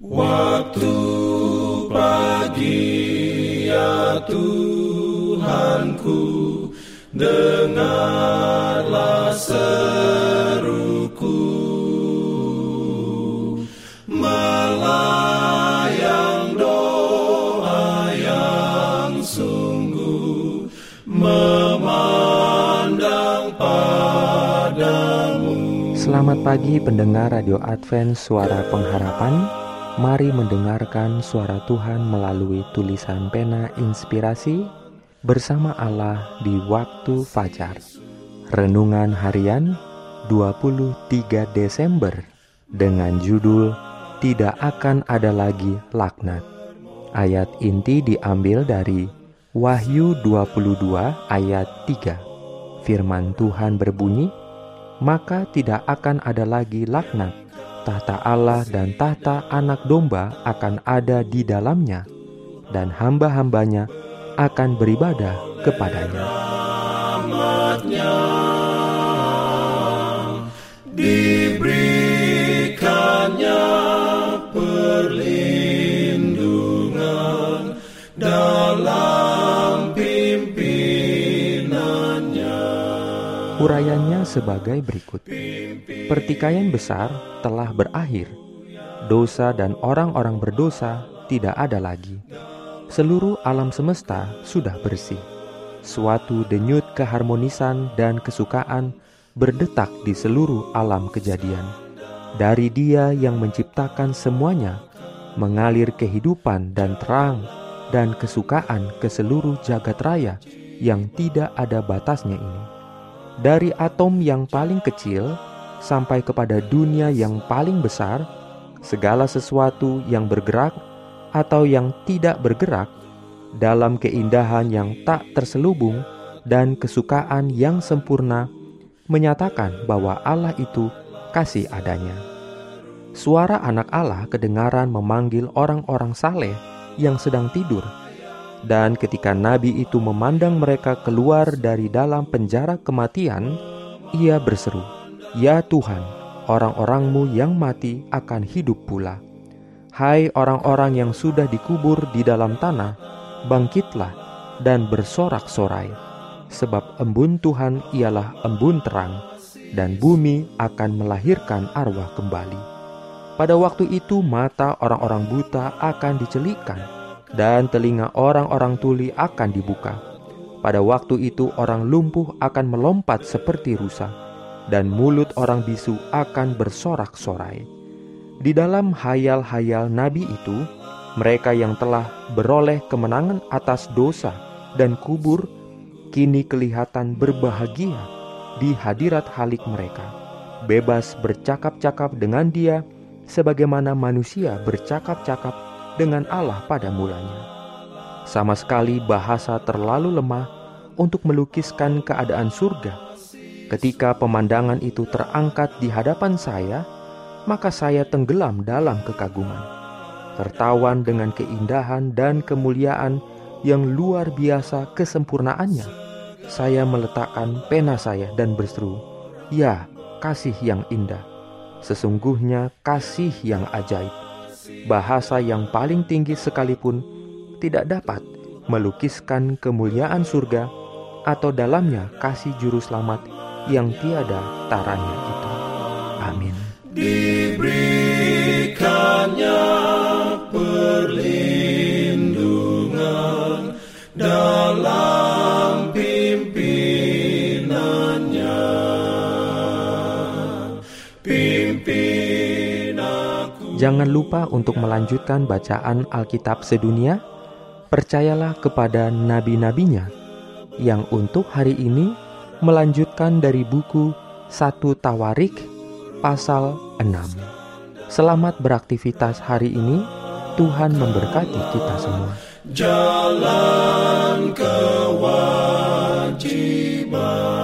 Waktu pagi ya Tuhanku, dengarlah seruku, melayang doa yang sungguh, memandang padamu. Selamat pagi pendengar Radio Advent Suara Pengharapan. Mari mendengarkan suara Tuhan melalui tulisan pena inspirasi bersama Allah di waktu fajar. Renungan harian 23 Desember dengan judul Tidak Akan Ada Lagi Laknat. Ayat inti diambil dari Wahyu 22 ayat 3. Firman Tuhan berbunyi, "Maka tidak akan ada lagi laknat. Tahta Allah dan tahta Anak Domba akan ada di dalamnya, dan hamba-hambanya akan beribadah kepadanya." Diberikannya perlindungan dalam pimpinannya. Urayanya sebagai berikut. Pertikaian besar telah berakhir. Dosa dan orang-orang berdosa tidak ada lagi. Seluruh alam semesta sudah bersih. Suatu denyut keharmonisan dan kesukaan berdetak di seluruh alam kejadian. Dari Dia yang menciptakan semuanya, mengalir kehidupan dan terang dan kesukaan ke seluruh jagat raya yang tidak ada batasnya ini. Dari atom yang paling kecil sampai kepada dunia yang paling besar, segala sesuatu yang bergerak atau yang tidak bergerak, dalam keindahan yang tak terselubung dan kesukaan yang sempurna, menyatakan bahwa Allah itu kasih adanya. Suara anak Allah kedengaran memanggil orang-orang saleh yang sedang tidur, dan ketika nabi itu memandang mereka keluar dari dalam penjara kematian, ia berseru, "Ya Tuhan, orang-orang-Mu yang mati akan hidup pula. Hai orang-orang yang sudah dikubur di dalam tanah, bangkitlah dan bersorak-sorai, sebab embun Tuhan ialah embun terang, dan bumi akan melahirkan arwah kembali." Pada waktu itu mata orang-orang buta akan dicelikkan, dan telinga orang-orang tuli akan dibuka. Pada waktu itu orang lumpuh akan melompat seperti rusa, dan mulut orang bisu akan bersorak-sorai. Di dalam hayal-hayal nabi itu, mereka yang telah beroleh kemenangan atas dosa dan kubur, kini kelihatan berbahagia di hadirat halik mereka, bebas bercakap-cakap dengan Dia, sebagaimana manusia bercakap-cakap dengan Allah pada mulanya. Sama sekali bahasa terlalu lemah untuk melukiskan keadaan surga. Ketika pemandangan itu terangkat di hadapan saya, maka saya tenggelam dalam kekaguman, tertawan dengan keindahan dan kemuliaan yang luar biasa kesempurnaannya. Saya meletakkan pena saya dan berseru, "Ya, kasih yang indah, sesungguhnya kasih yang ajaib." Bahasa yang paling tinggi sekalipun tidak dapat melukiskan kemuliaan surga atau dalamnya kasih juru selamat yang tiada taranya itu. Amin. Diberikannya perlindungan dalam pimpinannya. Pimpin aku. Jangan lupa untuk melanjutkan bacaan Alkitab sedunia. Percayalah kepada nabi-nabinya yang untuk hari ini melanjutkan dari buku 1 Tawarik pasal 6. Selamat beraktivitas hari ini. Tuhan memberkati kita semua. Jalan kewajiban.